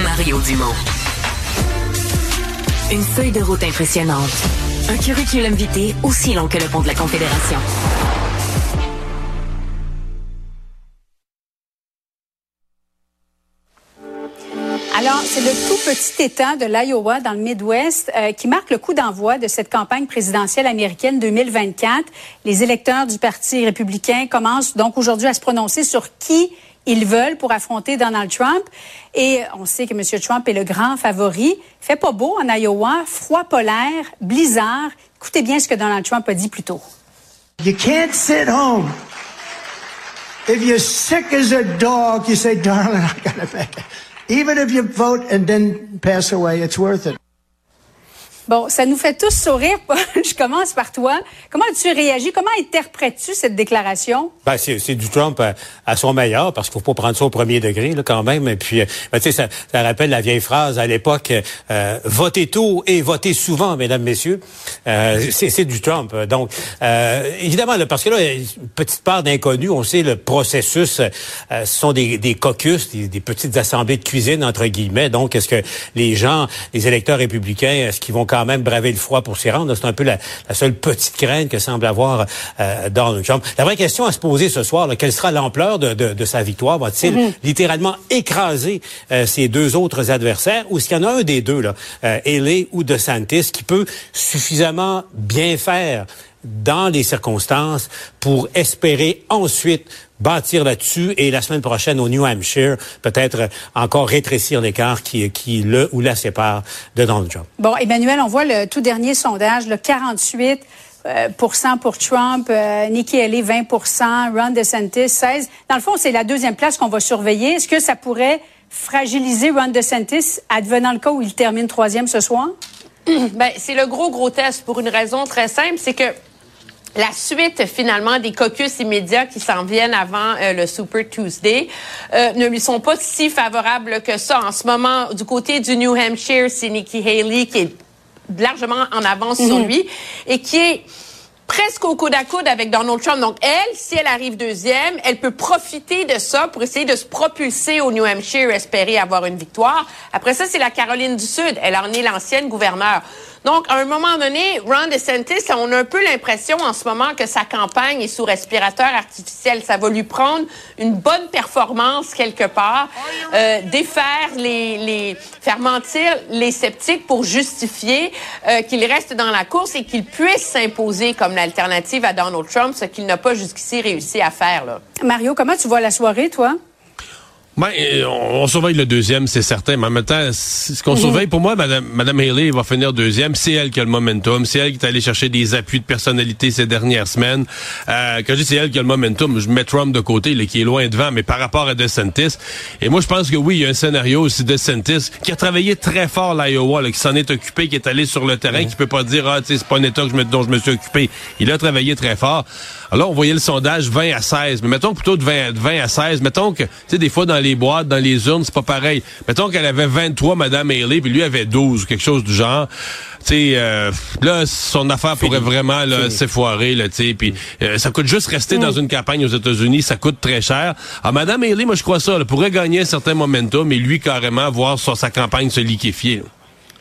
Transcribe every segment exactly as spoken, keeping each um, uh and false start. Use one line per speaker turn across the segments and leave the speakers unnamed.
Mario Dumont. Une feuille de route impressionnante. Un curriculum vitae aussi long que le pont de la Confédération.
Alors, c'est le tout petit État de l'Iowa dans le Midwest euh, qui marque le coup d'envoi de cette campagne présidentielle américaine deux mille vingt-quatre. Les électeurs du Parti républicain commencent donc aujourd'hui à se prononcer sur qui ils veulent pour affronter Donald Trump. Et on sait que M. Trump est le grand favori. Il fait pas beau en Iowa, froid polaire, blizzard. Écoutez bien ce que Donald Trump a dit plus tôt.
You can't sit home. If you're sick as a dog, you say, darling, I gotta make it. Even if you vote and then pass away, it's worth it.
Bon, ça nous fait tous sourire, Paul. Je commence par toi. Comment as-tu réagi? Comment interprètes-tu cette déclaration?
Ben, c'est, c'est du Trump à, à son meilleur, parce qu'il faut pas prendre ça au premier degré, là, quand même. Et puis, ben, tu sais, ça, ça rappelle la vieille phrase à l'époque, euh, votez tôt et votez souvent, mesdames, messieurs. Euh, c'est, c'est du Trump. Donc, euh, évidemment, là, parce que là, une petite part d'inconnu, on sait, le processus, euh, ce sont des, des caucus, des, des petites assemblées de cuisine, entre guillemets. Donc, est-ce que les gens, les électeurs républicains, est-ce qu'ils vont quand même braver le froid pour s'y rendre? C'est un peu la, la seule petite crainte que semble avoir euh, Donald Trump. La vraie question à se poser ce soir, là, quelle sera l'ampleur de, de, de sa victoire? Va-t-il mm-hmm. littéralement écraser euh, ses deux autres adversaires? Ou est-ce qu'il y en a un des deux, là, euh, Haley ou DeSantis, qui peut suffisamment bien faire dans les circonstances pour espérer ensuite bâtir là-dessus et la semaine prochaine au New Hampshire, peut-être encore rétrécir l'écart qui, qui le ou la sépare de Donald Trump.
Bon, Emmanuel, on voit le tout dernier sondage, le quarante-huit pour cent pour Trump, euh, Nikki Haley vingt pour cent, Ron DeSantis seize. Dans le fond, c'est la deuxième place qu'on va surveiller. Est-ce que ça pourrait fragiliser Ron DeSantis, advenant le cas où il termine troisième ce soir?
Ben, c'est le gros, gros test pour une raison très simple, c'est que la suite, finalement, des caucus immédiats qui s'en viennent avant euh, le Super Tuesday euh, ne lui sont pas si favorables que ça. En ce moment, du côté du New Hampshire, c'est Nikki Haley qui est largement en avance mm-hmm. sur lui et qui est presque au coude à coude avec Donald Trump. Donc, elle, si elle arrive deuxième, elle peut profiter de ça pour essayer de se propulser au New Hampshire, espérer avoir une victoire. Après ça, c'est la Caroline du Sud. Elle en est l'ancienne gouverneure. Donc, à un moment donné, Ron DeSantis, on a un peu l'impression en ce moment que sa campagne est sous respirateur artificiel. Ça va lui prendre une bonne performance quelque part, euh, défaire les, les, faire mentir les sceptiques pour justifier euh, qu'il reste dans la course et qu'il puisse s'imposer comme l'alternative à Donald Trump, ce qu'il n'a pas jusqu'ici réussi à faire, là.
Mario, comment tu vois la soirée, toi?
Ben, on, on surveille le deuxième, c'est certain. Mais en même temps, ce qu'on mm-hmm. surveille, pour moi, Mme, Mme Haley va finir deuxième. C'est elle qui a le momentum. C'est elle qui est allée chercher des appuis de personnalité ces dernières semaines. Euh, quand je dis c'est elle qui a le momentum, je mets Trump de côté, là, qui est loin devant, mais par rapport à DeSantis. Et moi, je pense que oui, il y a un scénario aussi DeSantis, qui a travaillé très fort l'Iowa, là, qui s'en est occupé, qui est allé sur le terrain, mm-hmm. qui peut pas dire, ah, tu sais, c'est pas un État que je me, dont je me suis occupé. Il a travaillé très fort. Alors, on voyait le sondage vingt à seize. Mais mettons plutôt de vingt, de vingt à seize. Mettons que, tu sais, des fois, dans les boîtes, dans les urnes, c'est pas pareil. Mettons qu'elle avait vingt-trois, Mme Haley, puis lui avait douze, quelque chose du genre. Tu sais, euh, là, son affaire Fini. pourrait vraiment là, s'effoirer, là, tu sais. Puis euh, ça coûte juste rester mmh. dans une campagne aux États-Unis, ça coûte très cher. Alors, Mme Haley, moi, je crois ça, elle pourrait gagner un certain momentum et lui, carrément, voir sur sa campagne se liquéfier, là.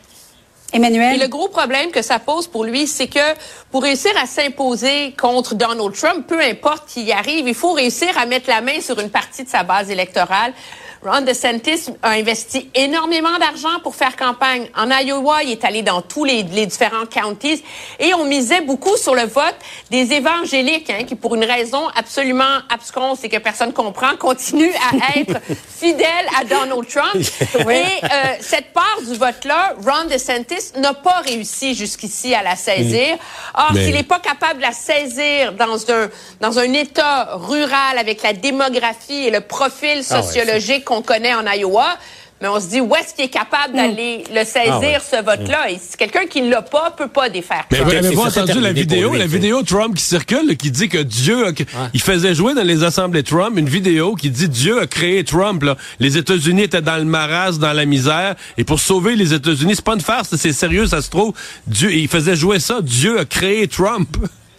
Emmanuel.
Et le gros problème que ça pose pour lui, c'est que pour réussir à s'imposer contre Donald Trump, peu importe qui y arrive, il faut réussir à mettre la main sur une partie de sa base électorale. Ron DeSantis a investi énormément d'argent pour faire campagne. En Iowa, il est allé dans tous les, les différents counties et on misait beaucoup sur le vote des évangéliques, hein, qui pour une raison absolument absconse et que personne comprend, continuent à être fidèles à Donald Trump. Oui. Et euh, cette part du vote-là, Ron DeSantis n'a pas réussi jusqu'ici à la saisir. Or, Mais... s'il n'est pas capable de la saisir dans un, dans un État rural avec la démographie et le profil sociologique ah ouais, qu'on connaît en Iowa, mais on se dit où est-ce qu'il est capable d'aller mm. le saisir, ah ouais. ce vote-là? Mm. Et si quelqu'un qui ne l'a pas peut pas défaire.
Mais vous avez entendu la vidéo, la vidéo Trump qui circule, qui dit que Dieu, a, ouais. il faisait jouer dans les assemblées Trump une vidéo qui dit Dieu a créé Trump. Là. Les États-Unis étaient dans le marasme, dans la misère, et pour sauver les États-Unis, c'est pas une farce, c'est sérieux, ça se trouve. Dieu, il faisait jouer ça. Dieu a créé Trump.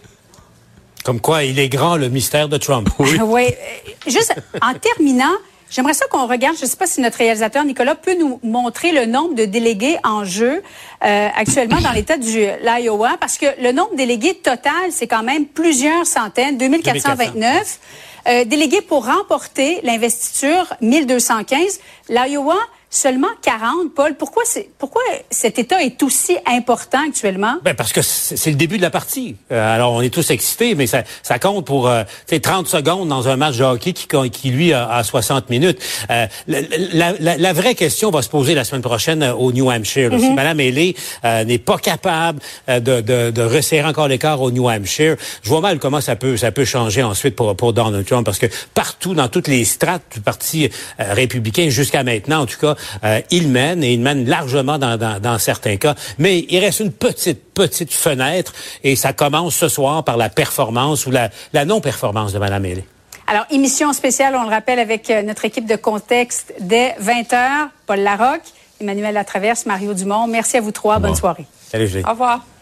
Comme quoi, il est grand, le mystère de Trump.
Oui. oui. Juste en terminant, J'aimerais ça qu'on regarde, je ne sais pas si notre réalisateur Nicolas peut nous montrer le nombre de délégués en jeu euh, actuellement dans l'État du l'Iowa, parce que le nombre de délégués total, c'est quand même plusieurs centaines, deux mille quatre cent vingt-neuf. Euh, délégués pour remporter l'investiture, mille deux cent quinze. L'Iowa, seulement quarante, Paul. Pourquoi c'est pourquoi cet État est aussi important actuellement?
Ben parce que c'est le début de la partie. Euh, alors on est tous excités, mais ça, ça compte pour euh, trente secondes dans un match de hockey qui, qui lui a, a soixante minutes. Euh, la, la, la vraie question va se poser la semaine prochaine au New Hampshire. Mm-hmm. Si Mme Haley euh, n'est pas capable euh, de, de, de resserrer encore l'écart au New Hampshire, je vois mal comment ça peut ça peut changer ensuite pour pour Donald Trump, parce que partout dans toutes les strates du Parti euh, républicain jusqu'à maintenant, en tout cas, Euh, il mène, et il mène largement dans, dans, dans certains cas. Mais il reste une petite, petite fenêtre, et ça commence ce soir par la performance ou la, la non-performance de Mme Haley.
Alors, émission spéciale, on le rappelle, avec notre équipe de Contexte dès vingt heures. Paul Larocque, Emmanuel Latraverse, Mario Dumont. Merci à vous trois. Bonne soirée.
Salut, Julie.
Au revoir.